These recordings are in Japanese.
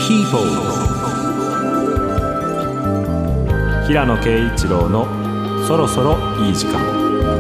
People 平野啓一郎のそろそろいい時間。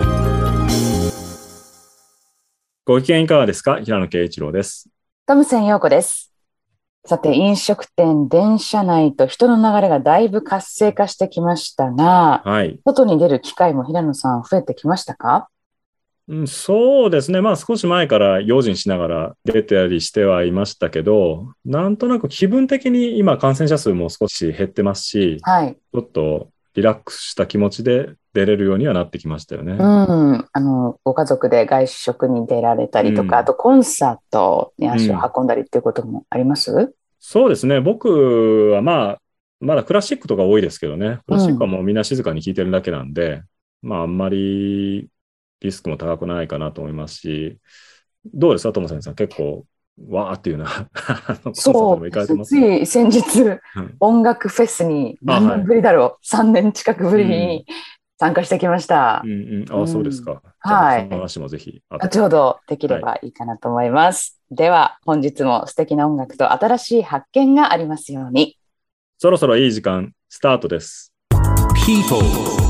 ご機嫌いかがですか？平野啓一郎です。 トムセン陽子です。さて、飲食店、電車内と人の流れがだいぶ活性化してきましたが、 はい、 外に出る機会も平野さん増えてきましたか？ そうですね。少し前から用心しながら出たりしてはいましたけど、なんとなく気分的に今感染者数も少し減ってますし、 はい。 ちょっとリラックスした気持ちで出れるようにはなってきましたよね。 ご家族で外食に出られたりとか、あうん。 とコンサートに足をうん。 運んだりっていうこともあります？ そうですね。僕はまだクラシックとか多いですけどね。クラシックはうん。 もうみんな静かに聴いてるだけなんで、あんまりリスクも高くないかなと思いますし、どうですか、ともさん結構、わーっていうようなコンサートでも行そうですね。 かれてます？ つい先日、 うん。 音楽フェスにあ、 何年はい。 ぶりだろう。3年近くぶうん。 りに参加してきました。 うんうん。あ、そうですうん。 か。じゃあ、そのはい。 話もぜひ、後で。 後ほどできれはい。 ばいいかなと思います。では、本日も素敵な音楽と新しい発見がありますように。 そろそろいい時間、スタートです。 People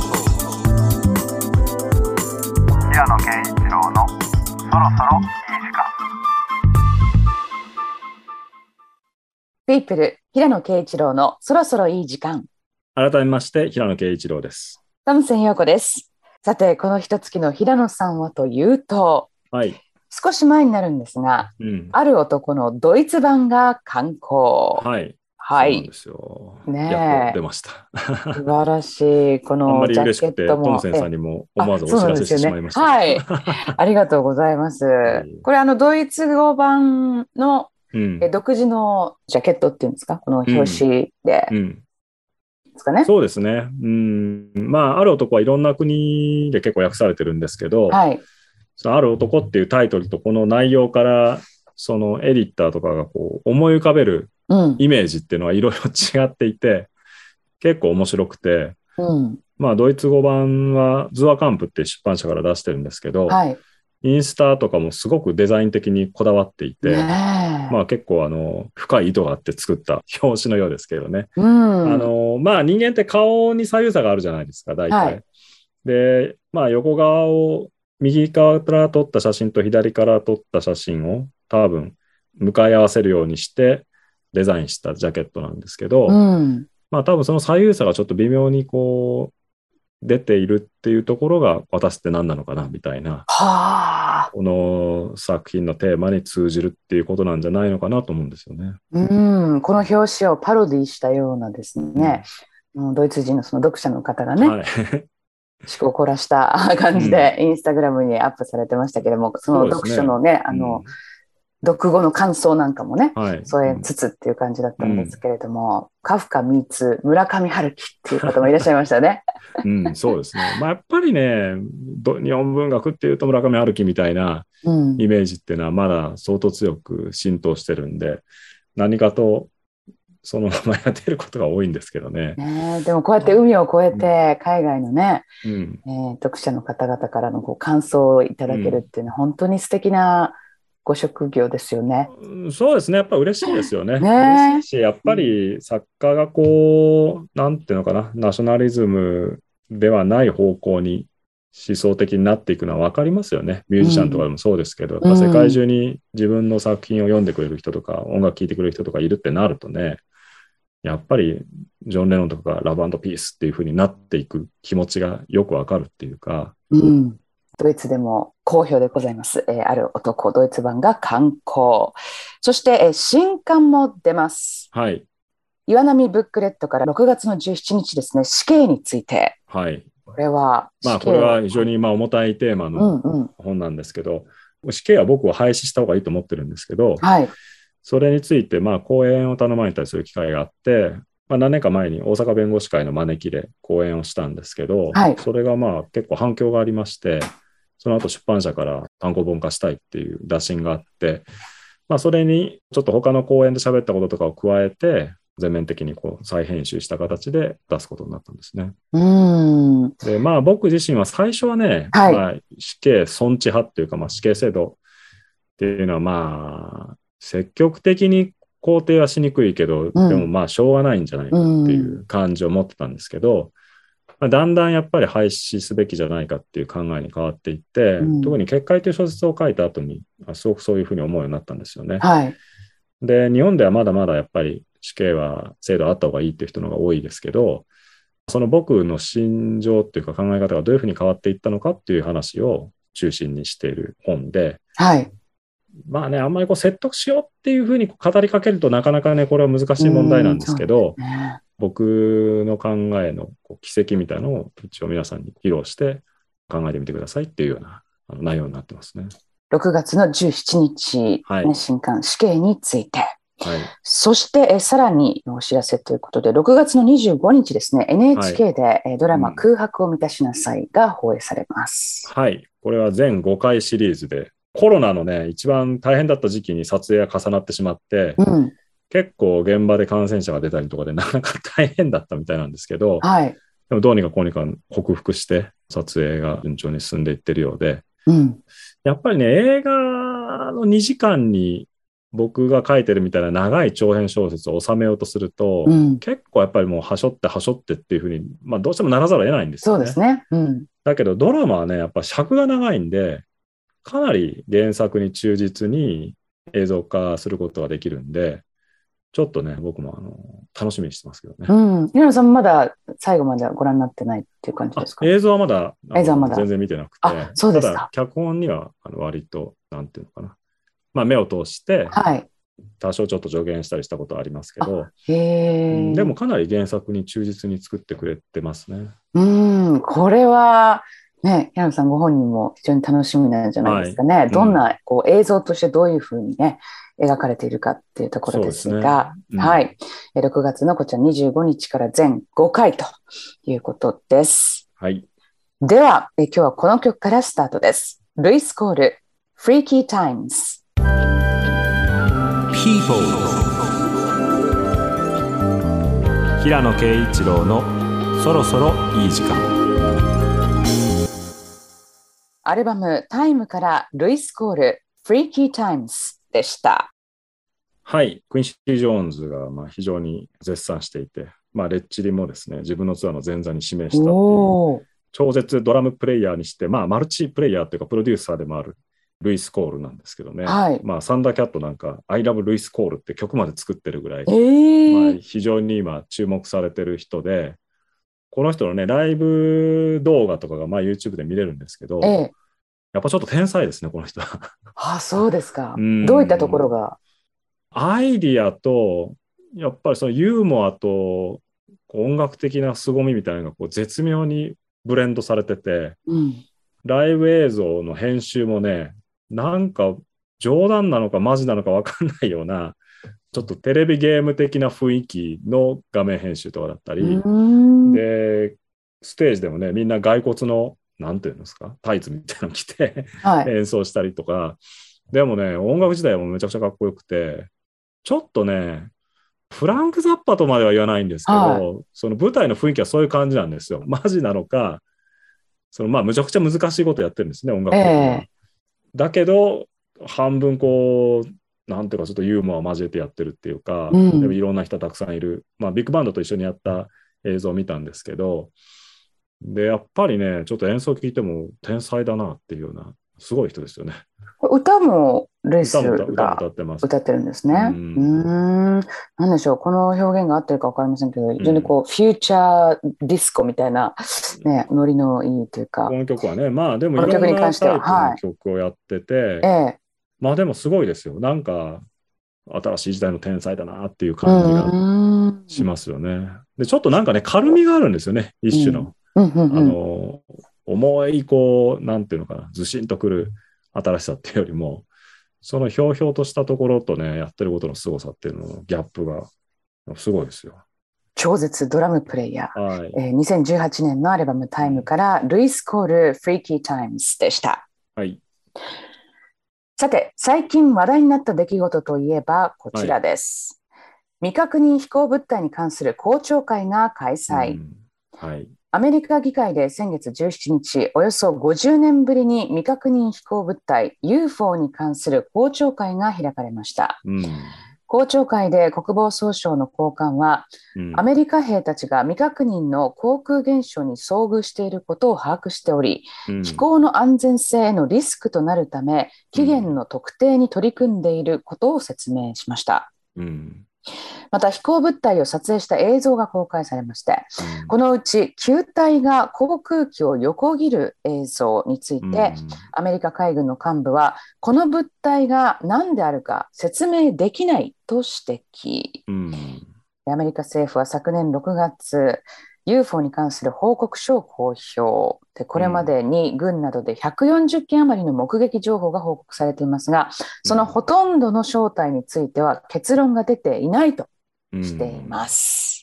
平野啓一郎のそろそろいい時間。 People 平野啓一郎のそろそろいい時間。 改めまして、平野啓一郎です。 トムセン陽子です。さて、この一月の平野さんはというと、 はい。 少し前になるんですが、 うん。 ある男のドイツ版が刊行。 はい。そうなんではい。 すよ。やっと出ねえ。 ました。 素晴らしい。こあんまりのジャ嬉しくて、トムケットも、 センさんにも思わずおそう知らせしてしまなんですよね。 いました。 はい。ありがとうございます。 いえいえ。 これドイツ語版のうん。 独自のジャケットっていうんですか？この表うん。 紙でうん。 ですかね。 そうですね。うん。ある男はいろんな国で結構訳されてるんですけど、 はい。 そのある男っていうタイトルとこの内容から、そのエディッターとかがこう思い浮かべるうん。 イメージっていうのはいろいろ違っていて、結構面白くて、 うん。 ドイツ語版はズアカンプっていう出版社から出してるんですけど、 はい。 インスタとかもすごくデザイン的にこだわっていて、 ね結構深い意図があって作った表紙のようですけどね。 え。うん。 人間って顔に左右差があるじゃないですか、大体。 はい。 で、横側を右側から撮った写真と左から撮った写真を多分向かい合わせるようにしてデザインしたジャケットなんですけうど、 ん。 多分その左右差がちょっと微妙にこう出ているっていうところが私って何なのかなみたいな、 はあ。 この作品のテーマに通じるっていうことなんじゃないのかなと思うんですよね。 うん。この表紙をパロディしたようなですね、 うん。 ドイツ人のその読者の方がね、 はい。 趣向を凝らした感じうん。 でインスタグラムにアップされてましたけども、そのそうです読書ね。 のね、 うん。 読後の感想なんかもね、 はい。 添うん。 えつつっていう感じだったんですうん。 けれども、カフカ、ミーツ、村上春樹っていう方もいらっしゃいましたね。 うん、そうですね。やっぱりね、日本文学っていうと村上春樹みたいなうん。 イメージっていうのはまだ相当強く浸透してるんで、何かとその名前が出ることが多いんですけどね。 ねえ、でもこうやって海を越えうん。 て海外のね、 うん。 読者の方々からの感想をいただけるうん。 っていうのは本当に素敵なご職業ですよね。 そうですね。やっぱ嬉しいですよね。嬉しいねし、やっえ。 ぱり作家がこう、なんていうのかな、ナショナリズムではない方向に思想的になっていくのは分かりますよね。ミュージシャンとかでもそうですけど、やっうぱ世界中ん。 に自分の作品を読んでくれる人とか、音楽聴いてくれる人とかいるってなるとね、やっぱりジョン・レノンとかラブ&ピースっていう風になっていく気持ちがよく分かるっていうか、 うん。ドイツでも好評でございます。ある男、ドイツ版が刊行。そして、新刊も出ます。 はい、 岩波ブックレットから6月の17日ですね、死刑について。 はい。 これは死これ刑を。 は非常に重たいテーマのうんうん。 本なんですけど、死刑は僕は廃止した方がいいと思ってるんですけど、 はい。 それについて講演を頼まれたりする機会があって、何年か前に大阪弁護士会の招きで講演をしたんですけど、 はい。 それが結構反響がありまして、その後出版社から単行本化したいっていう打診があって、それにちょっと他の講演で喋ったこととかを加えて、全面的にこう再編集した形で出すことになったんですね。 うーん。 で、僕自身は最初はね、 はい。 死刑尊置派っていうか、死刑制度っていうのは積極的に肯定はしにくいけど、 うんでもまあしょうがないんじゃないかっていう感じを持ってたんですけど、まあ、だんだんやっぱり廃止すべきじゃないかっていう考えに変わっていって、特に結界という小説を書いた後にすごくそういうふうに思うようになったんですよね。 はい。 で、日本ではまだまだやっぱり死刑は制度あった方がいいっていう人の方が多いですけど、その僕の心情っていうか考え方がどういうふうに変わっていったのかっていう話を中心にしている本で、 はい。 まあね、あんまり説得しようっていうふうに語りかけるとなかなかね、これは難しい問題なんですけど、 ね、 僕の考えの奇跡みたいなのを一応皆さんに披露して考えてみてくださいっていうような内容になってますね。 6月の17日、 はい、 新刊死刑について。 はい、 そしてさらにお知らせということで、6月の25日ですね、NHK で、ドラマ、空白を満たしなさいが放映されます。 はい、これは全5回シリーズで、コロナのね、一番大変だった時期に撮影が重なってしまって、結構現場で感染者が出たりとかでなかなか大変だったみたいなんですけど、 はい、 でもどうにかこうにか克服して撮影が順調に進んでいってるようで、やっぱりね、映画の2時間に僕が書いてるみたいな長い長編小説を収めようとすると、結構やっぱりもうはしょってはしょってっていうふうに、まあ、どうしてもならざるを得ないんですよね。 そうですね。 だけどドラマはね、やっぱ尺が長いんで、かなり原作に忠実に映像化することができるんで、ちょっとね、僕も楽しみにしてますけどね。 稲野さんまだ最後まではご覧になってないっていう感じですか？ 映像はまだ全然見てなくて、 そうですか。 ただ脚本には割となんていうのかな、まあ、目を通して多少ちょっと助言したりしたことはありますけど、でもかなり原作に忠実に作ってくれてますね。 これはね、稲野さんご本人も非常に楽しみなんじゃないですかね。どんな映像としてどういうふうにね描かれているかっていうところですが、はい、6月のこちら25日から全5回ということです。 はい。 では、今日はこの曲からスタートです。ルイス・コール、Freaky Times。 平野啓一郎のそろそろいい時間。 アルバムタイムからルイス・コール、Freaky Times でした。 はい、クインシー・ジョーンズが非常に絶賛していて、レッチリもですね、自分のツアーの前座に指名したっていう超絶ドラムプレイヤーにして、マルチプレイヤーというかプロデューサーでもあるルイス・コールなんですけどね、サンダーキャットなんか I love ルイス・コールって曲まで作ってるぐらい、非常に今注目されてる人で、この人のねライブ動画とかがYouTube で見れるんですけど、やっぱちょっと天才ですね、この人は。 そうですか。どういったところが？ アイディアとやっぱりそのユーモアと音楽的な凄みみたいなのが絶妙にブレンドされてて、ライブ映像の編集もね、なんか冗談なのかマジなのか分かんないようなちょっとテレビゲーム的な雰囲気の画面編集とかだったりで、ステージでもね、みんな骸骨のなんていうんですか、タイツみたいなの着て、演奏したりとか、でもね、音楽自体もめちゃくちゃかっこよくて、ちょっとね、フランク・ザッパとまでは言わないんですけど、その舞台の雰囲気はそういう感じなんですよ。マジなのか、むちゃくちゃ難しいことやってるんですね、音楽的には。だけど、半分なんていうかちょっとユーモアを交えてやってるっていうか、でもいろんな人たくさんいる。ビッグバンドと一緒にやった映像を見たんですけど、で、やっぱりね、ちょっと演奏聞いても天才だなっていうような、すごい人ですよね。 歌もルイスが歌ってるんですね。なんでしょう、この表現が合ってるか分かりませんけど、非常にフューチャーディスコみたいな、ノリのいいというか。 この曲はね、でもいろんなタイプの曲をやってて、でもすごいですよ。なんか新しい時代の天才だなっていう感じがしますよね。で、ちょっとなんかね、軽みがあるんですよね、一種の。重いなんていうのかな、ずしんとくる新しさっていうよりも、そのひょうひょうとしたところとね、やってることの凄さっていうののギャップがすごいですよ。 超絶ドラムプレイヤー、2018年のアルバムタイムからルイス・コール、Freaky Times でした。 はい。 さて、最近話題になった出来事といえばこちらです。未確認飛行物体に関する公聴会が開催。アメリカ議会で先月17日、およそ50年ぶりに未確認飛行物体 UFO に関する公聴会が開かれました。 公聴会で国防総省の高官は、アメリカ兵たちが未確認の航空現象に遭遇していることを把握しており、飛行の安全性へのリスクとなるため、期限の特定に取り組んでいることを説明しました。また飛行物体を撮影した映像が公開されまして、このうち球体が航空機を横切る映像について、アメリカ海軍の幹部はこの物体が何であるか説明できないと指摘。アメリカ政府は昨年6月 UFO に関する報告書を公表で、これまでに軍などで140件余りの目撃情報が報告されていますが、そのほとんどの正体については結論が出ていないとしています。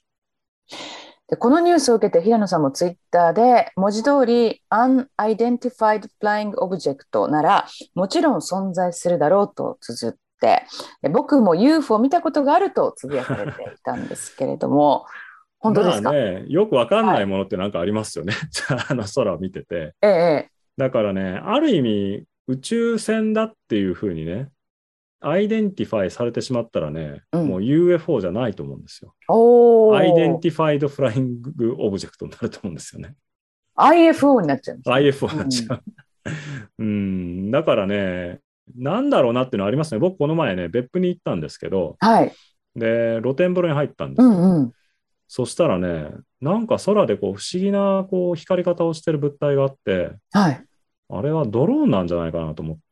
でこのニュースを受けて平野さんもツイッターで文字通り Unidentified Flying Object ならもちろん存在するだろうと綴って、僕も UFO を見たことがあるとつぶやかれていたんですけれども本当ですか？ まあね、よくわかんないものってなんかありますよね、空を見てて。だからね、ある意味宇宙船だっていうふうにねアイデンティファイされてしまったらね、もう UFO じゃないと思うんですよ。アイデンティファイドフライングオブジェクトになると思うんですよね。 IFO になっちゃうんですね。 IFO になっちゃう。だからね、なんだろうなっていうのはありますね。僕この前ね、別府に行ったんですけど、で露天風呂に入ったんですよ。そしたらね、なんか空でこう不思議なこう光り方をしてる物体があって、あれはドローンなんじゃないかなと思って、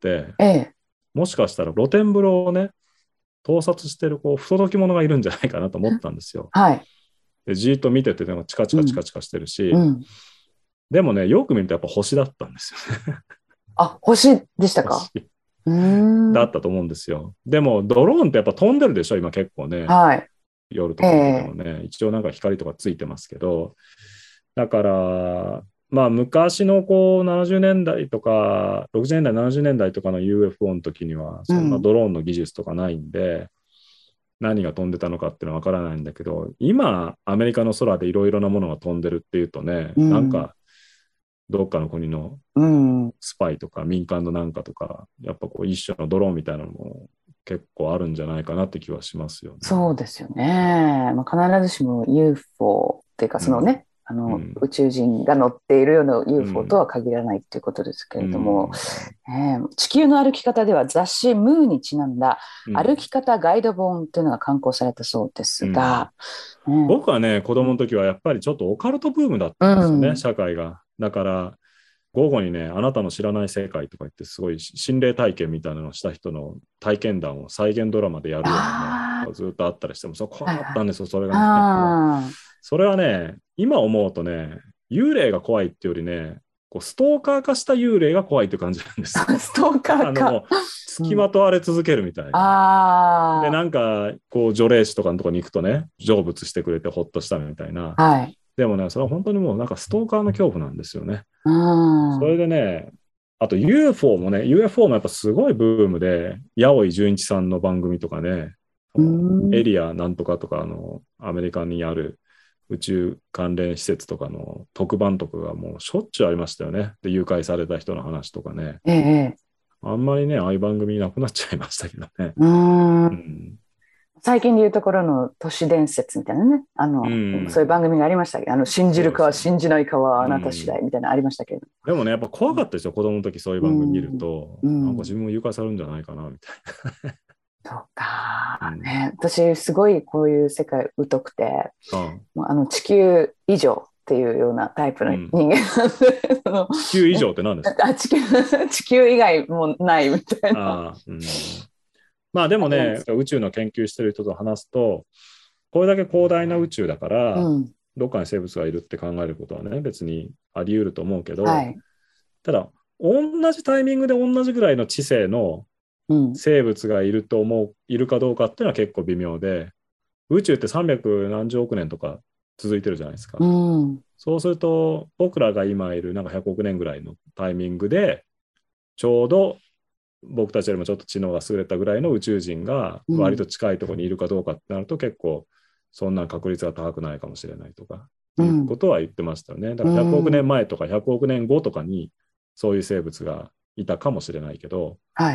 もしかしたら露天風呂をね、盗撮してるこう不届き者がいるんじゃないかなと思ったんですよ。でじーっと見てて、チカチカチカチカしてるし、でもね、よく見るとやっぱ星だったんですよね。 星でしたか？ だったと思うんですよ。でもドローンってやっぱ飛んでるでしょ、今結構ね。夜とか見てもね、一応なんか光とかついてますけど、だからまあ昔のこう70年代とか60年代70年代とかの UFO の時にはそんなドローンの技術とかないんで、何が飛んでたのかっていうのは分からないんだけど、今アメリカの空でいろいろなものが飛んでるっていうとね、なんかどっかの国のスパイとか民間のなんかとか、やっぱこう一種のドローンみたいなのも結構あるんじゃないかなって気はしますよね。 そうですよね。必ずしも UFO っていうかそのね、宇宙人が乗っているような UFO とは限らないということですけれども、地球の歩き方では雑誌ムーにちなんだ歩き方ガイド本というのが刊行されたそうですが、 僕はね子供の時はやっぱりちょっとオカルトブームだったんですよね、社会が。だから午後にね、あなたの知らない世界とか言ってすごい心霊体験みたいなのをした人の体験談を再現ドラマでやるようなね、ずっとあったりしても、怖かったんですよ、それがね。それはね、今思うとね、幽霊が怖いっていうよりね、こうストーカー化した幽霊が怖いって感じなんですよ。 ストーカーか。 付きまとわれ続けるみたいな。で、なんかこう除霊師とかのとこに行くとね、成仏してくれてほっとしたみたいな。でもね、それは本当にもうなんかストーカーの恐怖なんですよね。それでね、あと UFO もね、UFO もやっぱすごいブームで、八尾井純一さんの番組とかね、エリアなんとかとかアメリカにある宇宙関連施設とかの特番とかがもうしょっちゅうありましたよね。で、誘拐された人の話とかね。あんまりね、ああいう番組なくなっちゃいましたけどね。 最近でいうところの都市伝説みたいなね、そういう番組がありましたけど、信じるか信じないかはあなた次第みたいなのありましたけど。 でもね、やっぱ怖かったですよ、子供の時そういう番組見ると。なんか自分も誘拐されるんじゃないかな、みたいな。 そうか、ね。私、すごいこういう世界疎くて、地球以上っていうようなタイプの人間なんで、 地球以上って何ですか？ 地球以外もないみたいな。 まあでもね、宇宙の研究してる人と話すと、これだけ広大な宇宙だから、どっかに生物がいるって考えることはね、別にあり得ると思うけど、ただ、同じタイミングで同じぐらいの知性の生物がいるかどうかっていうのは結構微妙で、宇宙って300何十億年とか続いてるじゃないですか。そうすると、僕らが今いるなんか100億年ぐらいのタイミングで、ちょうど僕たちよりもちょっと知能が優れたぐらいの宇宙人が割と近いところにいるかどうかってなると、結構そんな確率が高くないかもしれないとか、いうことは言ってましたよね。だから100億年前とか100億年後とかにそういう生物がいたかもしれないけど、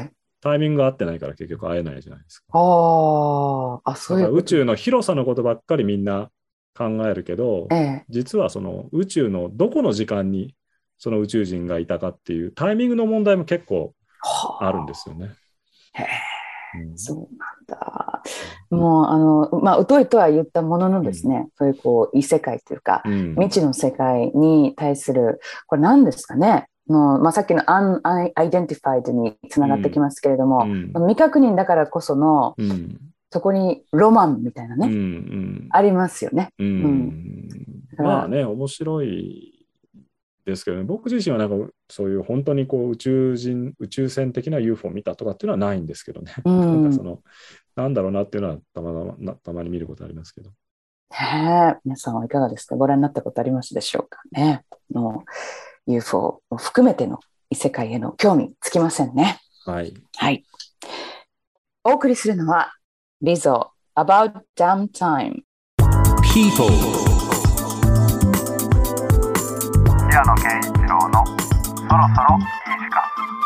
タイミングが合ってないから結局会えないじゃないですか。 そういうこと。 宇宙の広さのことばっかりみんな考えるけど、 ええ、 実はその宇宙のどこの時間にその宇宙人がいたかっていうタイミングの問題も結構あるんですよね。 へえ、そうなんだ。 うんもう疎いとは言ったもののですね、そういう異世界というか、未知の世界に対する、これ何ですかね。さっきのunidentified につながってきますけれども、未確認だからこその、そこにロマンみたいなね、ありますよね。 まあね、面白いですけどね、僕自身はなんかそういう本当に宇宙船的な UFO を見たとかっていうのはないんですけどね。なんかなんだろうなっていうのはたまに見ることありますけど。 皆さんはいかがですか？ご覧になったことありますでしょうかね。UFO を含めての異世界への興味つきませんね。 はい。 はい。お送りするのはリゾ About Damn Time People 平野啓一郎のそろそろいい時間。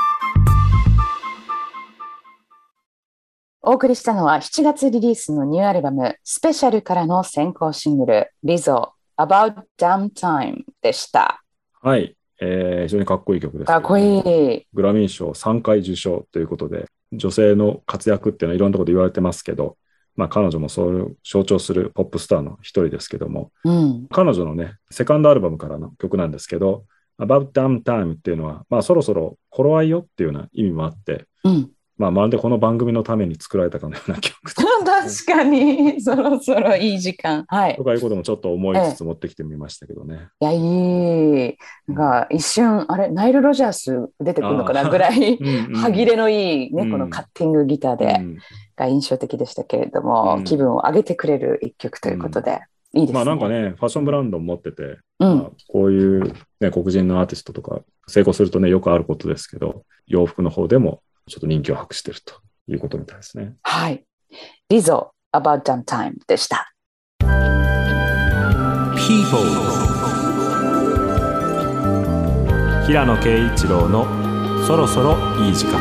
お送りしたのは7月リリースのニューアルバムスペシャルからの先行シングルリゾ About Damn Time でした。 はい。非常にかっこいい曲です、ね。 かっこいい。 グラミー賞3回受賞ということで、女性の活躍っていうのはいろんなこと言われてますけど、彼女もそういう象徴するポップスターの一人ですけども、彼女のね、セカンドアルバムからの曲なんですけど、About Damn Time っていうのは、そろそろ頃合いよっていうような意味もあって、まるでこの番組のために作られたかのような曲確かにそろそろいい時間、 とかいうこともちょっと思いつつ持ってきてみましたけどね。 いや、いい。なんか一瞬ナイル・ロジャース出てくるのかなぐらい歯切れのいいね、このカッティングギターで、が印象的でしたけれども、気分を上げてくれる一曲ということで、いいですね。 なんかね、ファッションブランドも持ってて、こういう、ね、黒人のアーティストとか成功するとね、よくあることですけど、洋服の方でもちょっと人気を博しているということみたいですね。 はい。リゾ About Damn Time でした。 People 平野啓一郎のそろそろいい時間。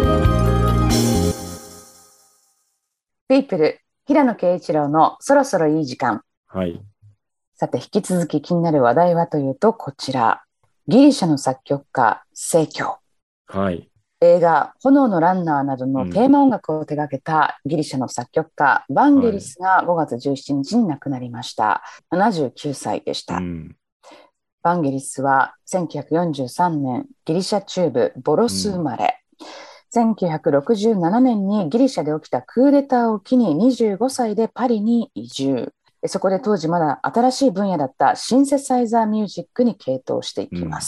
People 平野啓一郎のそろそろいい時間。 はい。 さて引き続き気になる話題はというとこちら、ギリシャの作曲家正教。 はい。 映画炎のランナーなどのテーマ音楽を手掛けたギリシャの作曲家バンゲリスが5月17日に亡くなりました。79歳でした。バンゲリスは1943年ギリシャ中部ボロス生まれ、1967年にギリシャで起きたクーデターを機に25歳でパリに移住。そこで当時まだ新しい分野だったシンセサイザーミュージックに傾倒していきます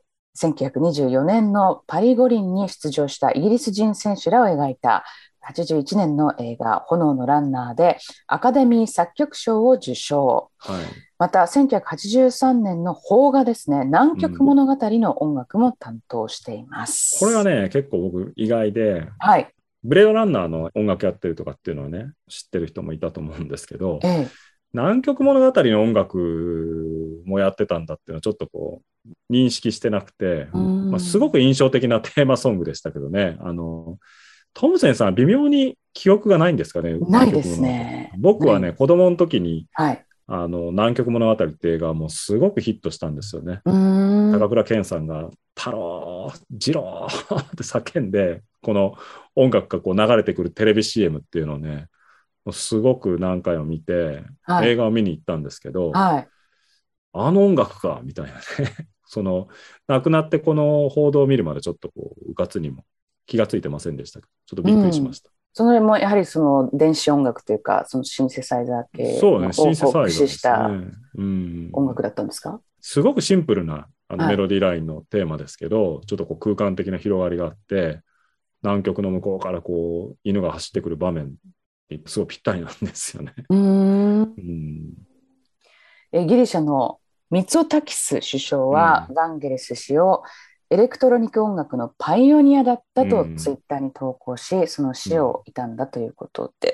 。1924年のパリ五輪に出場したイギリス人選手らを描いた81年の映画炎のランナーでアカデミー作曲賞を受賞、また1983年の邦画ですね、南極物語の音楽も担当しています。 これはね結構僕意外で、ブレードランナーの音楽やってるとかっていうのはね知ってる人もいたと思うんですけど、南極物語の音楽もやってたんだっていうのはちょっと認識してなくて、すごく印象的なテーマソングでしたけどね。トムセンさんは微妙に記憶がないんですかね。 ないですね。 僕はね、子供の時に、南極物語って映画はもうすごくヒットしたんですよね。高倉健さんが太郎、次郎って叫んで、この音楽が流れてくるテレビ CM っていうのをね、すごく何回も見て、映画を見に行ったんですけど、あの音楽かみたいなね亡くなってこの報道を見るまでちょっとうかつにも気がついてませんでしたけど、ちょっとびっくりしました。 それもやはり電子音楽というかシンセサイザー系を駆使した音楽だったんですか？ すごくシンプルなメロディーラインのテーマですけど、ちょっと空間的な広がりがあって、南極の向こうから犬が走ってくる場面にすごいぴったりなんですよね。 ギリシャのミツォタキス首相はバンゲリス氏をエレクトロニック音楽のパイオニアだったとツイッターに投稿し、その死を悼んだということです。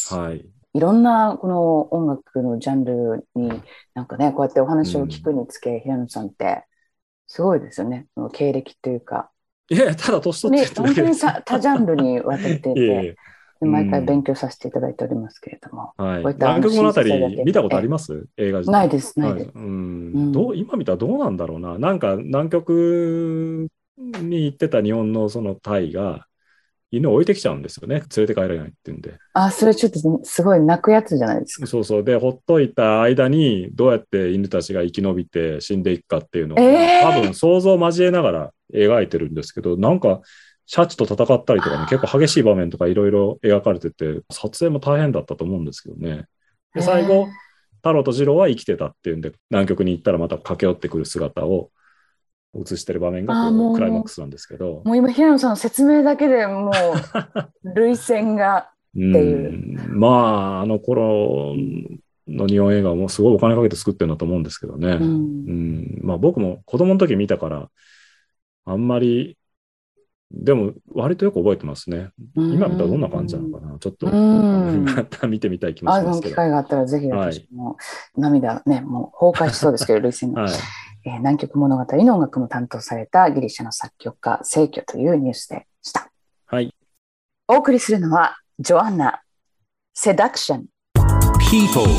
いろんなこの音楽のジャンルになんかね、こうやってお話を聞くにつけ、平野さんってすごいですよね。その経歴というかいや、ただ年取ってるだ本当にけです。 多ジャンルにわたっていて、 いえいえ、 毎回勉強させていただいておりますけれども、 はい。 こういった南極物語親切だけ見たことあります映画自体。 ないです、ないです。 今見たらどうなんだろうな。なんか南極に行ってた日本のその隊が犬を置いてきちゃうんですよね。連れて帰れないっていうんで。 それちょっとすごい泣くやつじゃないですか。 そうそう。で、ほっといた間にどうやって犬たちが生き延びて死んでいくかっていうのを、多分想像を交えながら描いてるんですけど、なんかシャチと戦ったりとかね、結構激しい場面とかいろいろ描かれてて、撮影も大変だったと思うんですけどね。で、最後、太郎と次郎は生きてたっていうんで、南極に行ったらまた駆け寄ってくる姿を映してる場面がこうクライマックスなんですけど。 もう今、平野さんの説明だけでもう、涙腺がっていう。 まあ、あの頃の日本映画もすごいお金かけて作ってるんだと思うんですけどね。まあ僕も子供の時見たから、あんまり、でも割とよく覚えてますね。今見たらどんな感じなのかな。ちょっとまた見てみたい気もしますけど。 機会があったらぜひ私も涙ね、もう崩壊しそうですけど、涙腺が。南極物語の音楽も担当されたギリシャの作曲家、聖居というニュースでした。 はい。 お送りするのは、ジョアンナ、セダクション。 People。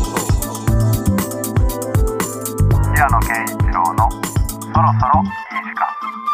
平野啓一郎のそろそろいい時間。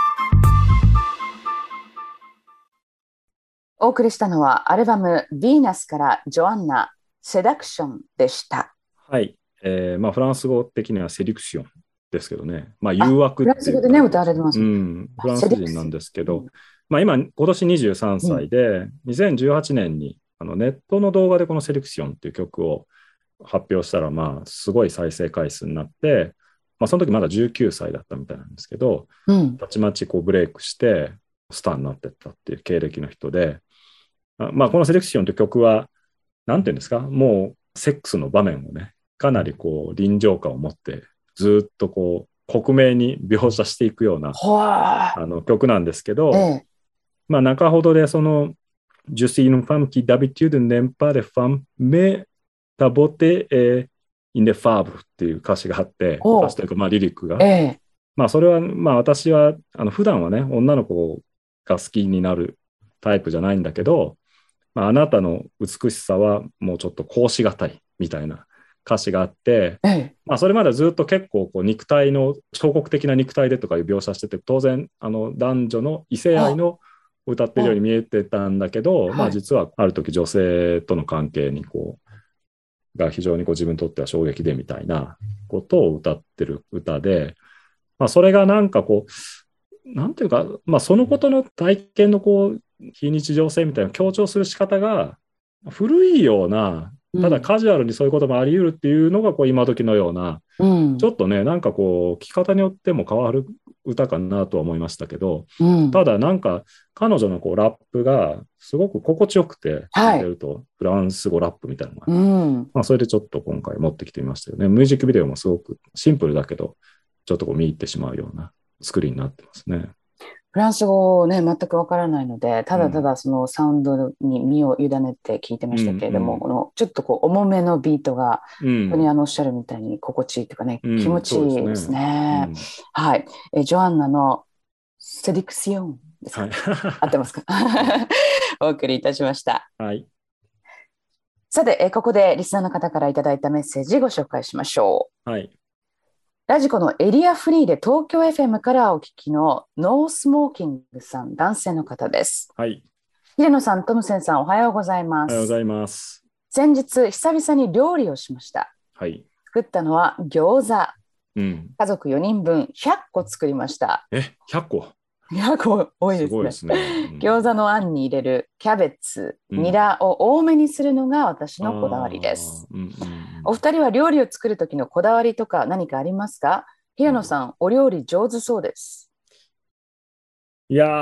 お送りしたのはアルバムヴィーナスからジョアンナ、セダクションでした。 はい。まあフランス語的にはセデュクションですけどね。まあ誘惑っていう。 フランス語でね、歌われてます。 フランス人なんですけど、まあ今年23歳で、2018年にネットの動画でこのセデュクションっていう曲を発表したら、まあすごい再生回数になって、まあその時まだ19歳だったみたいなんですけど、たちまちこうブレイクしてスターになってったっていう経歴の人で、まあこのセデュクションという曲は、なんていうんですか、もうセックスの場面をね、かなりこう臨場感を持ってずっとこう克明に描写していくような曲なんですけど、まあ中ほどでそのJe suis une femme qui d'habitude n'aime pas les femmes, mais ta beauté est ineffable っていう歌詞があって、歌詞というかまあリリックが、まあそれはまあ私は普段はね女の子が好きになるタイプじゃないんだけど、まあ、あなたの美しさはもうちょっとこうしがたいみたいな歌詞があって、まあ、それまでずっと結構こう肉体の彫刻的な肉体でとかいう描写してて、当然男女の異性愛の歌ってるように見えてたんだけど、まあ、実はある時女性との関係にこうが非常にこう自分にとっては衝撃でみたいなことを歌ってる歌で、まあ、それがなんかこうなんていうか、まあ、そのことの体験のこう非日常性みたいな強調する仕方が古いような、ただカジュアルにそういうこともあり得るっていうのがこう今時のような、ちょっとねなんかこう聞き方によっても変わる歌かなとは思いましたけど、ただなんか彼女のこうラップがすごく心地よくて聞いてると、フランス語ラップみたいなのが、まあ、それでちょっと今回持ってきてみましたよね。ミュージックビデオもすごくシンプルだけどちょっとこう見入ってしまうような作りになってますね。 フランス語ね、全くわからないので、ただただそのサウンドに身を委ねて聞いてましたけれども、このちょっとこう重めのビートが、本当におっしゃるみたいに心地いいというかね、気持ちいいですね。はい。ジョアンナのセディクションですか、合ってますかお送りいたしました。 はい。 さて、ここでリスナーの方からいただいたメッセージご紹介しましょう。 はい。 ラジコのエリアフリーで東京 FM からお聞きのノースモーキングさん、男性の方です。 はい。 平野さん、トムセンさん、おはようございます。 おはようございます。 先日、久々に料理をしました。 はい。 作ったのは餃子。家族4人分100個作りました。 100個 100個多いですね。 すごいですね。 餃子のあんに入れるキャベツ、ニラを多めにするのが私のこだわりです。お二人は料理を作る時のこだわりとか何かありますか？平野さん、お料理上手そうです。 いや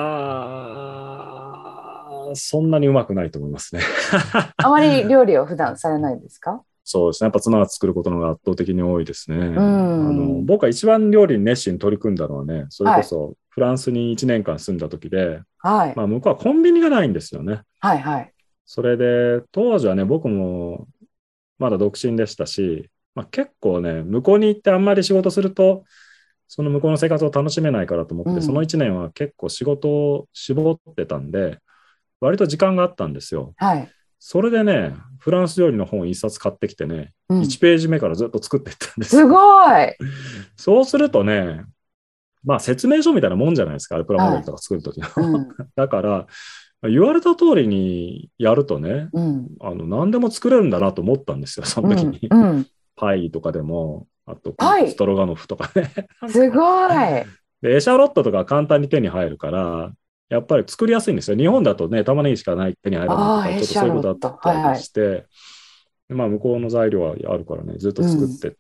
ー、そんなにうまくないと思いますね。 あまり料理を普段されないですか？ そうですね。やっぱ妻が作ることの方が圧倒的に多いですね。僕は一番料理に熱心に取り組んだのはね、それこそフランスに1年間住んだ時で、まあ、向こうはコンビニがないんですよね。それで当時はね、僕もまだ独身でしたし、まあ、結構ね、向こうに行ってあんまり仕事すると、 その向こうの生活を楽しめないからと思って、その1年は結構仕事を絞ってたんで、割と時間があったんですよ。 はい。 それでね、フランス料理の本を1冊買ってきてね、1ページ目からずっと作っていったんですよ。 すごい。 そうするとね、まあ説明書みたいなもんじゃないですか、プラモデルとか作るときの。だから、言われた通りにやるとね、何でも作れるんだなと思ったんですよ、その時に。パイとかでも、あとストロガノフとかね。 すごい。 で、エシャロットとか簡単に手に入るから、やっぱり作りやすいんですよ。日本だとね、玉ねぎしかない手に入らないとか、ちょっとそういうことだったりして、まあ向こうの材料はあるからね、ずっと作ってって、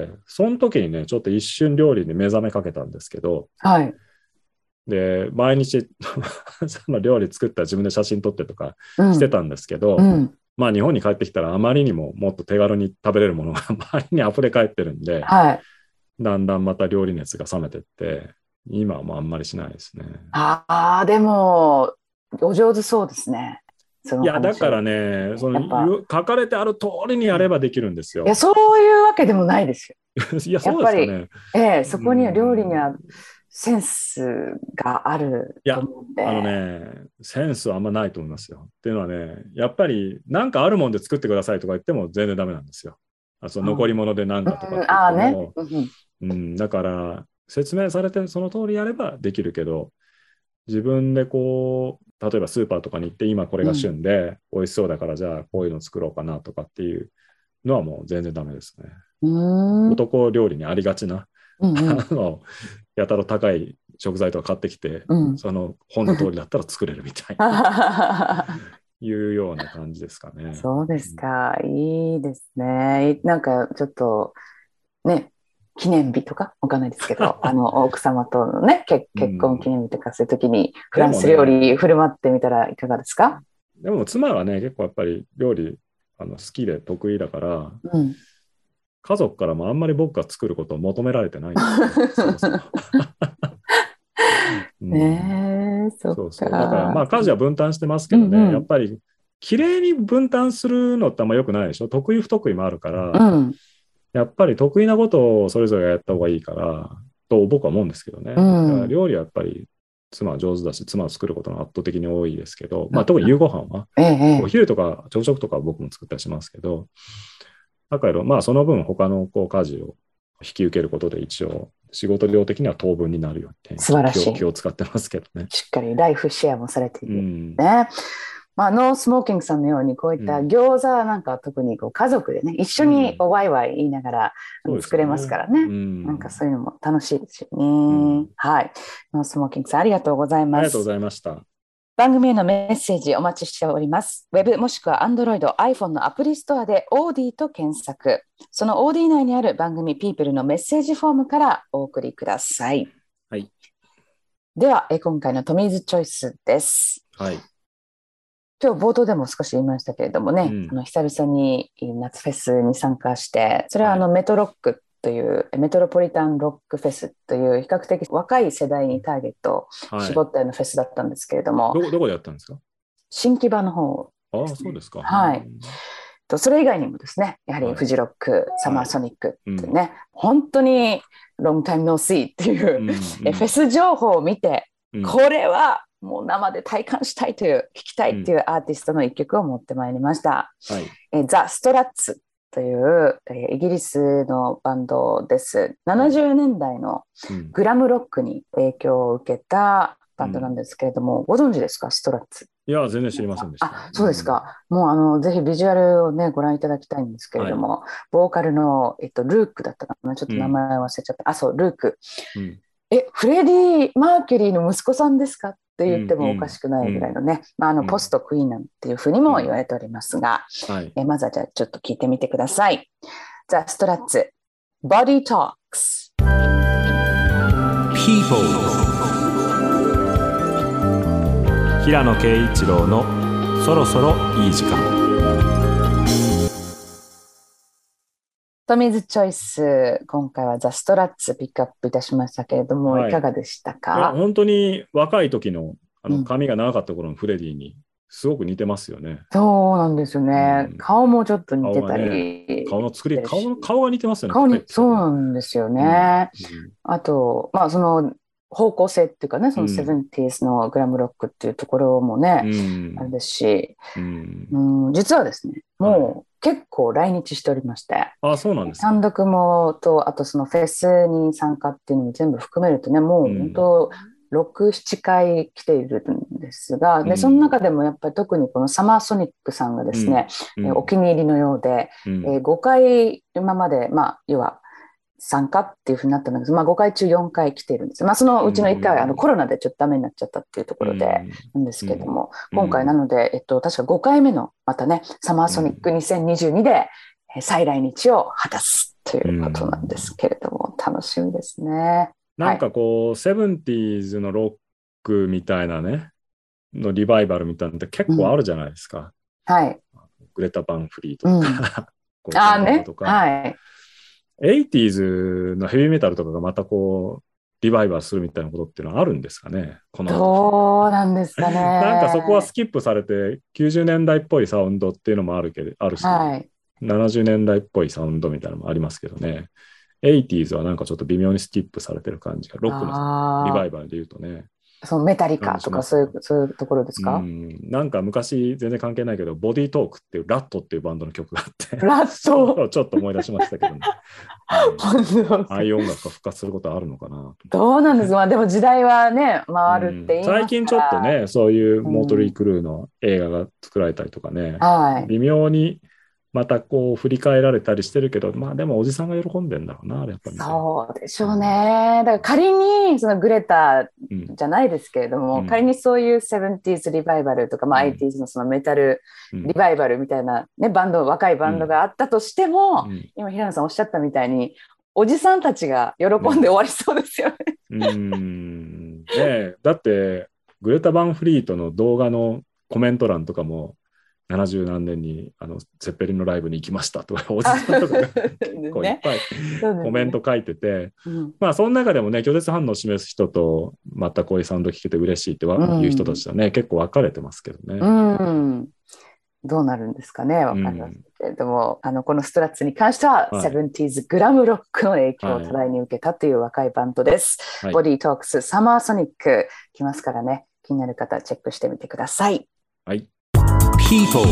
その時にね、ちょっと一瞬料理に目覚めかけたんですけど、で、毎日その料理作ったら自分で写真撮ってとかしてたんですけど、まあ日本に帰ってきたらあまりにももっと手軽に食べれるものが周りに溢れ返ってるんで、だんだんまた料理熱が冷めてって、今はもうあんまりしないですね。 でも、お上手そうですね。 いや、だからね、その書かれてある通りにやればできるんですよ。 いや、そういうわけでもないですよ。 いや、そうですかね。そこには料理にはセンスがあると思うんで。 センスはあんまないと思いますよ。っていうのはね、やっぱり何かあるもんで作ってくださいとか言っても全然ダメなんですよ。その残り物で何かとかって言っても。だから説明されてその通りやればできるけど、自分でこう、例えばスーパーとかに行って今これが旬で美味しそうだからじゃあこういうの作ろうかなとかっていうのはもう全然ダメですね。男料理にありがちな、やたら高い食材とか買ってきて、その本の通りだったら作れるみたいないうような感じですかね。 そうですか、いいですね。なんかちょっとね、記念日とかわかんないですけど、奥様とのね、結婚記念日とかそういう時にフランス料理振る舞ってみたらいかがですか？ でも妻はね、結構やっぱり料理好きで得意だから、家族からもあんまり僕が作ることを求められてないんですよ。そうそう。だからまあ家事は分担してますけどね、やっぱり綺麗に分担するのってあんま良くないでしょ。得意不得意もあるから、やっぱり得意なことをそれぞれやった方がいいからと僕は思うんですけどね。だから料理はやっぱり妻は上手だし、妻を作ることが圧倒的に多いですけど、まあ特に夕ご飯は、お昼とか朝食とか僕も作ったりしますけど、だからまあその分他の家事を引き受けることで一応仕事量的には当分になるように素晴らしい気を使ってますけどね。 しっかりライフシェアもされているね。まあ、ノースモーキングさんのようにこういった餃子なんかは特に家族でね一緒にワイワイ言いながら作れますからね。なんかそういうのも楽しいですよね。はい。ノースモーキングさんありがとうございます。 ありがとうございました。 番組へのメッセージお待ちしております。ウェブもしくは Android、iPhone のアプリストアで OD と検索。その OD 内にある番組 People のメッセージフォームからお送りください。 はい。 では、今回のトミーズチョイスです。 はい。 今日冒頭でも少し言いましたけれどもね、久々に夏フェスに参加して、それはメトロックというメトロポリタンロックフェスという比較的若い世代にターゲットを絞ったようなフェスだったんですけれども、 どこでやったんですか？ 新木場の方ですね。 そうですか。 はい。それ以外にもですね、やはりフジロック、サマーソニックってね、本当にロングタイムノーシーっていうフェス情報を見て、これはもう生で体感したいという、聴きたいというアーティストの一曲を持ってまいりました。ザ・ストラッツというイギリスのバンドです。70年代のグラムロックに影響を受けたバンドなんですけれども、ご存知ですか、ストラッツ？ いや、全然知りませんでした。 そうですか。もうぜひビジュアルをね、ご覧いただきたいんですけれども、ボーカルの、ルークだったかな、ちょっと名前忘れちゃった。そう、ルーク。フレディ・マーキュリーの息子さんですかって言ってもおかしくないぐらいのね、ポストクイーンなんていうふうにも言われておりますが、まずはじゃあちょっと聞いてみてください。ザ・ストラッツ、Body Talks。 平野啓一郎のそろそろいい時間。 トミーズチョイス、今回はザ・ストラッツピックアップいたしましたけれども、いかがでしたか？ 本当に若い時の髪が長かった頃のフレディにすごく似てますよね。 そうなんですよね。 うん、 顔もちょっと似てた顔り、 顔の作り、顔が似てますよね。 顔に、そうね。 なんですようん。 ね。あと、まあ、その方向性っていうかね、そのうん。 70s のグラムロックっていうところもね、 うあれん。 ですし、 うん。 実はですね、 はい。 もう結構来日しておりまして、 あ、そうなんですか。 単独もと、あとそのフェスに参加っていうのも全部含めるとね、もう本うん。 当、6、7回来ているんですが、で、そのうん。 中でもやっぱり特にこのサマーソニックさんがでうん。 すね、 うん。 お気に入りのようで、 うん。 5回今まで、まあ、要は参加っていうふうになったんだけど、まあ、5回中4回来ているんです。まあ、そのううちの1回はん。 コロナでちょっとダメになっちゃったっていうとこうろで、 ん。 なんですうん。 けれども、今回なうん。 ので、確か5回目のまたね、サマーソニック2022で再来日を果たすといううことなんですん。 けれども、楽しみですね。 なんはい。 かこう、セブンティーズのロックみたいなね、のリバイバルみたいなのって結うん。 構あるじゃないですか。 はい。 グレタ・バンフリートとうん。 かこういう感じのこああね。 とか、 はい。 エイティーズのヘビーメタルとかがまたこう、リバイバルするみたいなことっていうのはあるんですかね、この後。 どうなんですかなんかそこはスね。 キップされて、90年代っぽいサウンドっていうのもあるけど、あるし、 はい。 70年代っぽいサウンドみたいなのもありますけどね。エイティーズはなんかちょっと微妙にスキップされてる感じが、ロックのリバあイバルで言うとね、 あ、そのメタリカ感じしとかそういう、 ますけど。 そういうところですか？ なんか昔全然関係ないけど、ボディートークっていうラットっていうバンドの曲があってラット。 ちょっと思い出しましたけどね。うん、 本当か。 ああいう音楽が復活することはあるのかな。 どうなんですか。まあでも時代はね、回るって言います最近ちょっとから。 ね、そういううモートリー・ん。 クルーの映画が作られたりとかね、 はい。 微妙にまたこう振り返られたりしてるけど、まあでもおじさんが喜んでんだろうな、あれやっぱ見て。 そうでしょううん。 ね。だから仮に、そのグレタうん。 じゃないですけれども、仮うん。 にそういう 70s リバイバルとか、まあ、 うん。 80s のそのメタルリうん。 バイバルみたいなね、バンド、若いバンドうん。 があったとしても、 うん。 今平野さんおっしゃったみたいに、おじさんたちが喜んうん。 で終わりそうですよね。 ねえ、だって、グレタ・バンフリートの動画のコメント欄とかも、70何年にゼッペリンのライブに行きましたとか、おじあ、 さんとかが結構いっね。 ぱいそうですね。 コメント書いてて、 うん。 まあ、その中でもね、拒絶反応を示す人と、またこういうサウンド聞けて嬉しいってういう人たん。 ちはね、結構分かれてますけどうね。 ん。どうなるんですかね、 うわかりませんん。 けれども、このストラッツに関しては、 はい。 70s グラムロックの影響をはい。 多大に受けたという若いバンドです。 はい。 ボディートークスサマーソニック来ますからね、気になる方はチェックしてみてください。 はい。 People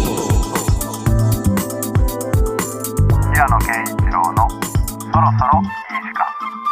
平野啓一郎のそろそろいい時間。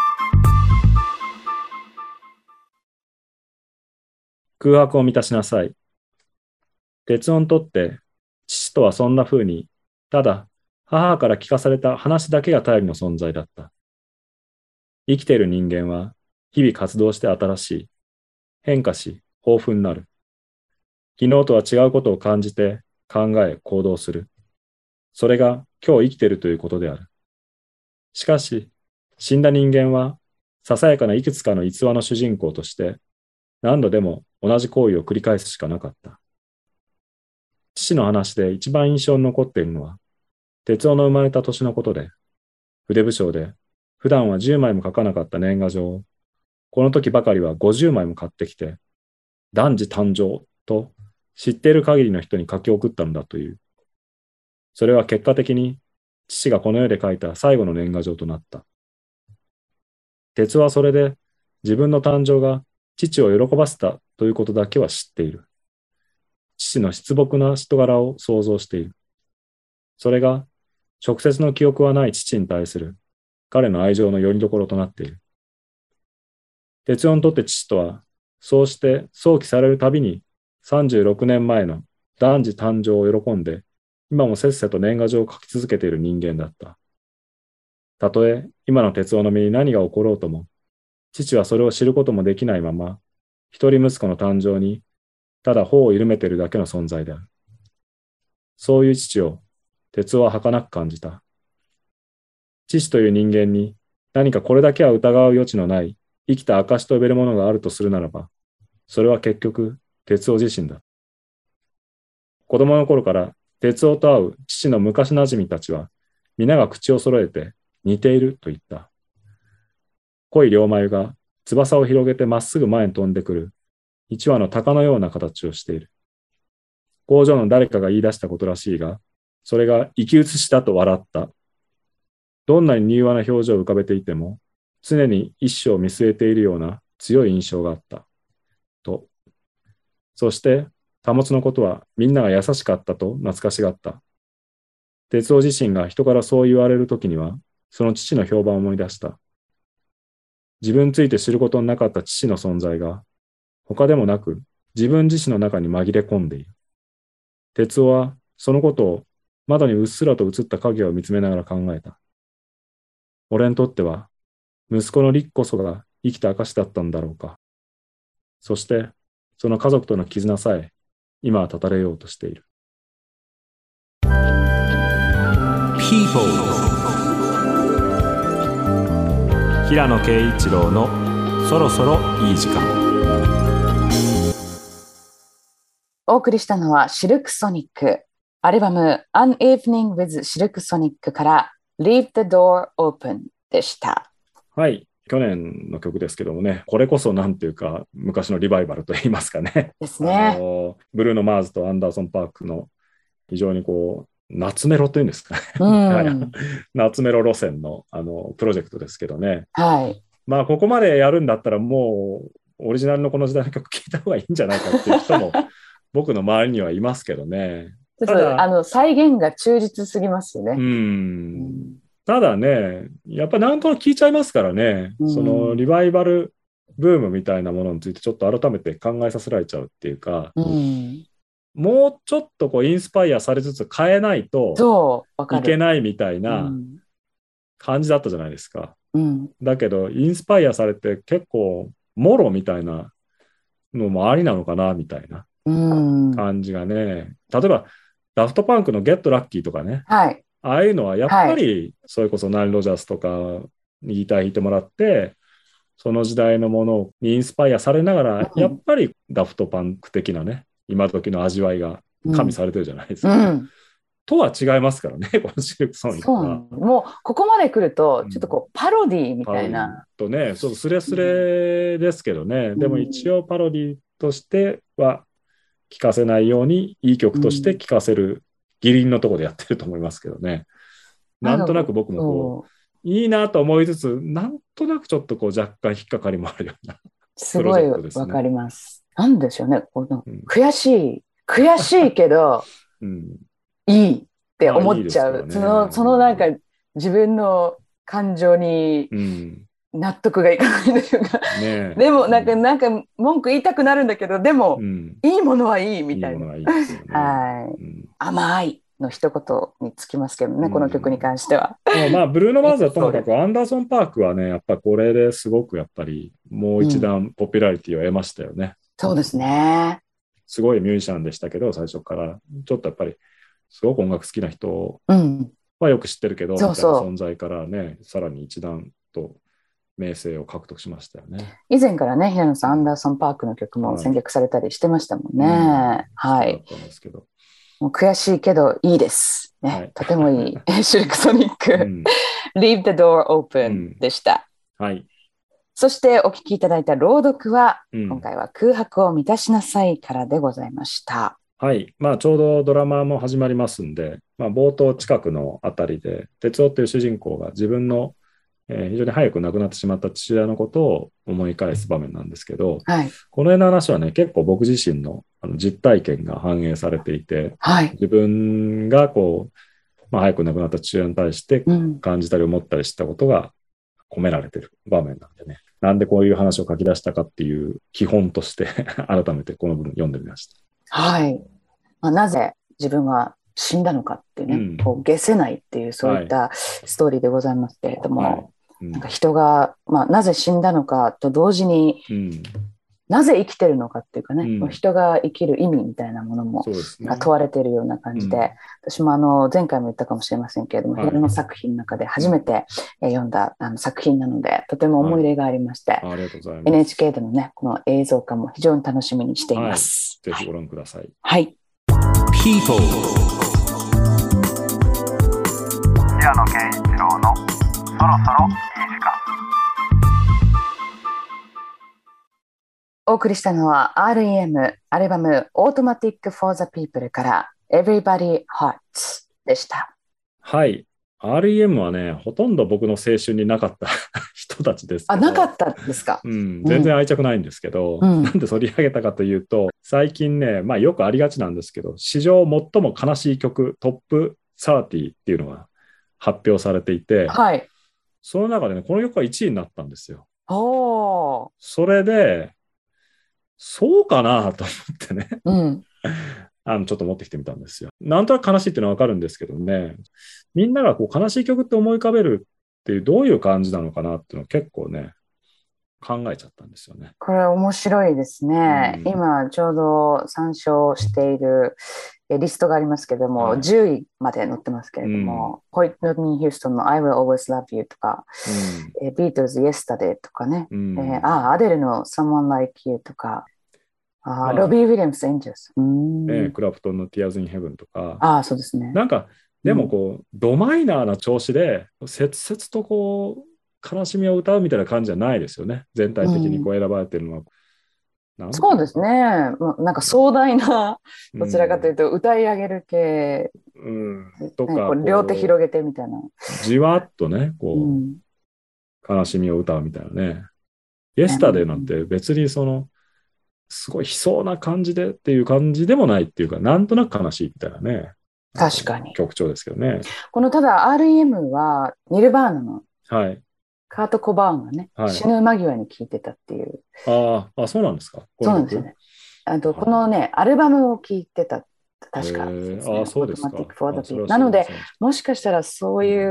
空白を満たしなさい。鉄音にとって、父とはそんな風に、ただ、母から聞かされた話だけが頼りの存在だった。生きている人間は、日々活動して新しい。変化し、豊富になる。昨日とは違うことを感じて、考え、行動する。それが今日生きているということである。しかし、死んだ人間は、ささやかないくつかの逸話の主人公として、何度でも同じ行為を繰り返すしかなかった。父の話で一番印象に残っているのは、哲夫の生まれた年のことで、筆不詳で、普段は10枚も書かなかった年賀状を、この時ばかりは50枚も買ってきて、男児誕生と知っている限りの人に書き送ったのだという。それは結果的に父がこの世で書いた最後の年賀状となった。鉄はそれで自分の誕生が父を喜ばせたということだけは知っている。父の失朴な人柄を想像している。それが直接の記憶はない父に対する彼の愛情の拠り所となっている。哲夫にとって父とは、そうして想起されるたびに36年前の男児誕生を喜んで、今もせっせと年賀状を書き続けている人間だった。たとえ今の哲夫の身に何が起ころうとも、父はそれを知ることもできないまま、一人息子の誕生にただ頬を緩めているだけの存在である。そういう父を哲夫は儚く感じた。父という人間に何かこれだけは疑う余地のない生きた証と呼べるものがあるとするならば、それは結局哲夫自身だ。子供の頃から哲夫と会う父の昔馴染みたちは、皆が口を揃えて似ていると言った。濃い両眉が翼を広げてまっすぐ前に飛んでくる一羽の鷹のような形をしている。 工場の誰かが言い出したことらしいが、それが生き写しだと笑った。どんなに柔和な表情を浮かべていても、常に一生を見据えているような強い印象があった。と。そして、保のことはみんなが優しかったと懐かしがった。哲夫自身が人からそう言われるときには、その父の評判を思い出した。自分について知ることのなかった父の存在が、他でもなく自分自身の中に紛れ込んでいる。哲夫はそのことを窓にうっすらと映った影を見つめながら考えた。俺にとっては、息子のリッこそが生きた証だったんだろうか。そして、その家族との絆さえ、今は絶たれようとしている。平野啓一郎のそろそろいい時間。 お送りしたのはシルクソニック。アルバム An Evening with Silk Sonic から Leave the Door Open でした。 はい。去年の曲ですけどもね、これこそなんていうか昔のリバイバルといいますかね。 ですね。 ブルーノ・マーズとアンダーソン・パークの非常にこう夏メロというんですかね。夏メロ路線のプロジェクトですけどね。 はい。 まあここまでやるんだったらもうオリジナルのこの時代の曲聴いた方がいいんじゃないかっていう人も僕の周りにはいますけどね。 ただ再現が忠実すぎますよね。 ただね、やっぱりなんとなく聞いちゃいますからね、そのリバイバルブームみたいなものについてちょっと改めて考えさせられちゃうっていうか、もうちょっとこうインスパイアされつつ変えないといけないみたいな感じだったじゃないですか。だけどインスパイアされて結構もろみたいなのもありなのかなみたいな感じがね。例えばダフトパンクのゲットラッキーとかね。はい。ああいうのはやっぱりそれこそナイル・ロジャースとかにギター弾いてもらってその時代のものにインスパイアされながらやっぱりダフトパンク的なね今時の味わいが加味されてるじゃないですか、とは違いますからねこのシルクソニックは。 もうここまで来るとちょっとこうパロディみたいな、 とねちょっとスレスレですけどね、でも一応パロディとしては聴かせないようにいい曲として聴かせるギリギリのところでやってると思いますけどね。なんとなく僕もこういいなと思いつつなんとなくちょっとこう若干引っかかりもあるようなすごいわかります。なんでしょうね、悔しいけど、いいって思っちゃう、そのなんか自分の感情に納得がいかないというか、でもなんか文句言いたくなるんだけどでも、いいものはいいみたいな、甘いの一言につきますけどね、この曲に関しては。 まあブルーノ・マーズはともかくアンダーソン・パークはねやっぱこれですごくやっぱりもう一段ポピュラリティを得ましたよね。 そうですね。 すごいミュージシャンでしたけど最初からちょっとやっぱりすごく音楽好きな人はよく知ってるけど、みたいな存在からねさらに一段と名声を獲得しましたよね。 以前からね平野さんアンダーソン・パークの曲も選曲されたりしてましたもんね。はい。もう悔しいけどいいです、ね、とてもいいシルクソニック、Leave the Door Open でした。はい。そしてお聞きいただいた朗読は、今回は空白を満たしなさいからでございました。 はい。まあちょうどドラマも始まりますんで、冒頭近くのあたりで哲夫という主人公が自分の非常に早く亡くなってしまった父親のことを思い返す場面なんですけど、この辺の話はね結構僕自身の実体験が反映されていて、自分がこう、早く亡くなった父親に対して感じたり思ったりしたことが込められている場面なんでね、なんでこういう話を書き出したかっていう基本として改めてこの部分読んでみました。 はい。なぜ自分は死んだのかっていうね、こう解せないっていうそういったストーリーでございますけれども、なんか人が、なぜ死んだのかと同時に、なぜ生きてるのかっていうかね、人が生きる意味みたいなものもが問われているような感じで、私も前回も言ったかもしれませんけれども、平野の作品の中で初めて読んだ作品なのでとても思い入れがありまして、NHK でのねこの映像化も非常に楽しみにしています。 ぜひご覧ください。 はい。 People 平野啓一郎のそろそろお送りしたのは REM アルバム Automatic for the People から Everybody Hearts でした。 はい。REM はね、ほとんど僕の青春になかった人たちですけど。 なかったですか。 全然愛着ないんですけど、なんで取り上げたかというと、最近ね、よくありがちなんですけど、史上最も悲しい曲トップ30っていうのが発表されていて、 はい、 その中でね、この曲が1位になったんですよ。 それで、そうかなと思ってね、ちょっと持ってきてみたんですよ。なんとなく悲しいっていうのはわかるんですけどね、みんながこう悲しい曲って思い浮かべるっていうどういう感じなのかなっていうのを結構ね、考えちゃったんですよね。 これ面白いですね。今ちょうど参照しているリストがありますけれども、10位まで載ってますけれども、ホイットニー・ヒューストンの I Will Always Love You とか、ビートルズ Yesterday とかね、アデルの Someone Like You とか、ロビー・ウィリアムス・エンジェルス、 クラプトンの Tears in Heaven とか、 そうですね。 なんかでもこう、ドマイナーな調子で切々とこう悲しみを歌うみたいな感じじゃないですよね。全体的にこう選ばれてるのは。 そうですね。なんか壮大な、どちらかというと歌い上げる系、 とか、 両手広げてみたいな。 じわっとね、こう、悲しみを歌うみたいなね。イエスタデーなんて別にすごい悲壮な感じでっていう感じでもないっていうか、なんとなく悲しいみたいなね。 確かに。 曲調ですけどね。 ただ REM はニルバーナの、カート・コバーンがね、死ぬ間際に聴いてたっていう。 そうなんですか。 そうなんですよね。このね、アルバムを聴いてた、確かですね。 そうですか。 なので、もしかしたらそういう、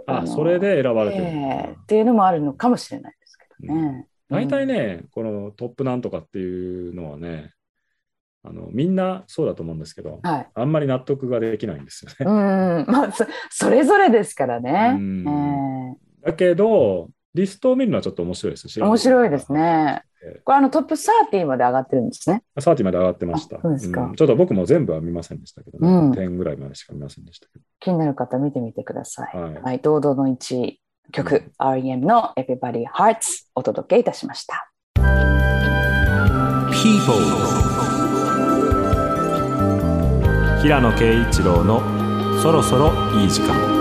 それで選ばれてるっていうのもあるのかもしれないですけどね。 大体ね、このトップなんとかっていうのはね、みんなそうだと思うんですけど、あんまり納得ができないんですよね。 それぞれですからね。 だけど、リストを見るのはちょっと面白いですよ。 面白いですね。これトップ30まで上がってるんですね。 30まで上がってました。 そうですか。 ちょっと僕も全部は見ませんでしたけどね。10ぐらいまでしか見ませんでしたけど。 気になる方見てみてください。堂々の1位曲、REM の Everybody Hearts お届けいたしました。 People 平野啓一郎のそろそろいい時間。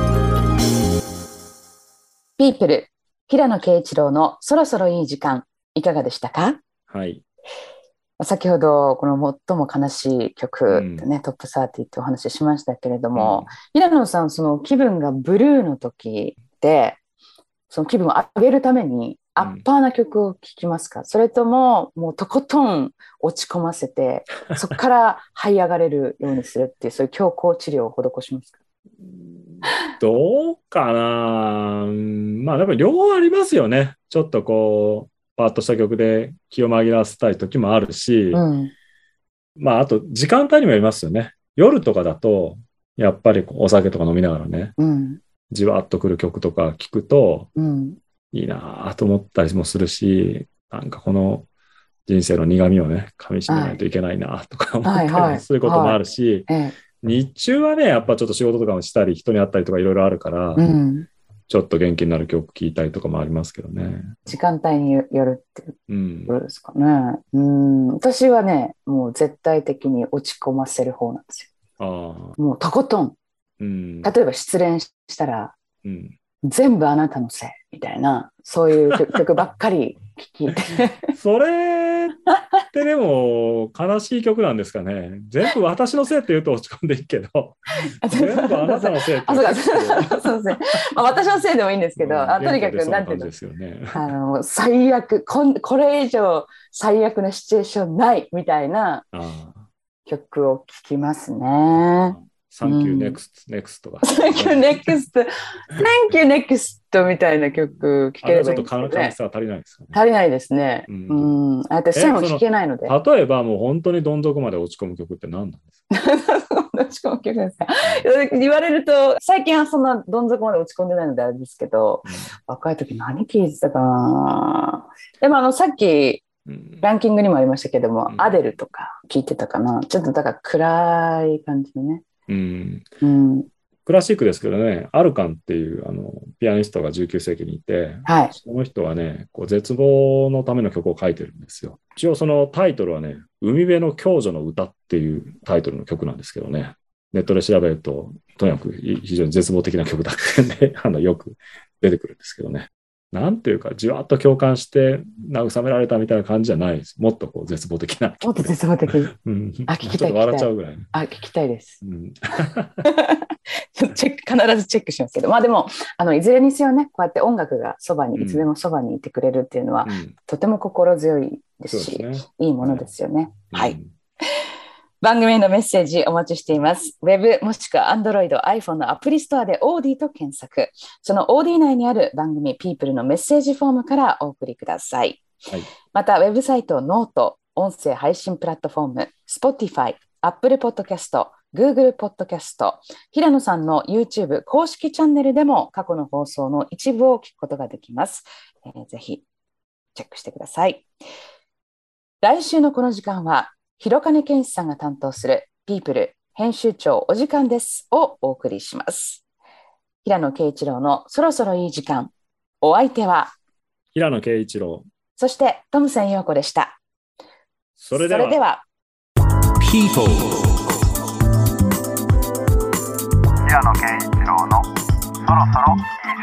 People 平野啓一郎のそろそろいい時間、いかがでしたか？ はい。 先ほどこの最も悲しい曲ってね、トップ30ってお話ししましたけれども、平野さん、その気分がブルーの時で、その気分を上げるためにアッパーな曲を聴きますか？それとももうとことん落ち込ませてそこから這い上がれるようにするっていう、そういう強行治療を施しますか？ どうかな。やっぱり両方ありますよね。ちょっとこうパッとした曲で気を紛らわせたい時もあるし、あと時間帯にもよりますよね。夜とかだとやっぱりお酒とか飲みながらね、じわっとくる曲とか聞くと、いいなと思ったりもするし、なんかこの人生の苦味をね、噛み締めないといけないなとか思ったりすることもあるし、日中はね、やっぱちょっと仕事とかもしたり、人に会ったりとかいろいろあるから、ちょっと元気になる曲聴いたりとかもありますけどね。 時間帯によるってことですかね。私はね、もう絶対的に落ち込ませる方なんですよ。もうとことん。例えば失恋したら、全部あなたのせいみたいな、そういう曲ばっかり聴いてそれってでも悲しい曲なんですかね。全部私のせいって言うと落ち込んでいいけど全部あなたのせいってそうですね。私のせいでもいいんですけど、とにかくなんていうの、最悪これ以上最悪なシチュエーションないみたいな曲を聴きますね。 Thank you next とか。 Thank you next みたいな曲聴ければいいんですけどね。 ちょっと悲しさは足りないですかね。 足りないですね。あえて線を弾けないので。 例えばもう本当にどん底まで落ち込む曲って何なんですか？ 落ち込む曲ですか？言われると、最近はそんなどん底まで落ち込んでないのであれですけど、若い時何聴いてたかな。でもさっきランキングにもありましたけども、アデルとか聴いてたかな。ちょっとだから暗い感じのね。 クラシックですけどね、アルカンっていうピアニストが19世紀にいて、 はい、 その人はね、こう絶望のための曲を書いてるんですよ。一応そのタイトルはね、海辺の共助の歌っていうタイトルの曲なんですけどね、ネットで調べると、とにかく非常に絶望的な曲だってんで、よく出てくるんですけどね。なんていうか、じわっと共感して慰められたみたいな感じじゃないです。もっとこう絶望的な。 もっと絶望的。 うん、 聞きたい。 ちょっと笑っちゃうぐらい。 聞きたいです。 うん、 必ずチェックしますけど、まあでもいずれにせよね、こうやって音楽がそばに、いつでもそばにいてくれるっていうのは、とても心強いですし、いいものですよね。はい。番組へのメッセージお待ちしています。ウェブもしくは Android、iPhone のアプリストアで OD と検索。その OD 内にある番組 People のメッセージフォームからお送りください。はい、また、ウェブサイトノート、音声配信プラットフォーム、Spotify、Apple Podcast、Google Podcast、平野さんの YouTube 公式チャンネルでも過去の放送の一部を聞くことができます。ぜひチェックしてください。来週のこの時間は、広金健一さんが担当する People 編集長お時間ですをお送りします。平野啓一郎のそろそろいい時間。お相手は平野啓一郎、 そしてトムセン陽子でした。 それでは People 平野啓一郎のそろそろいい時間。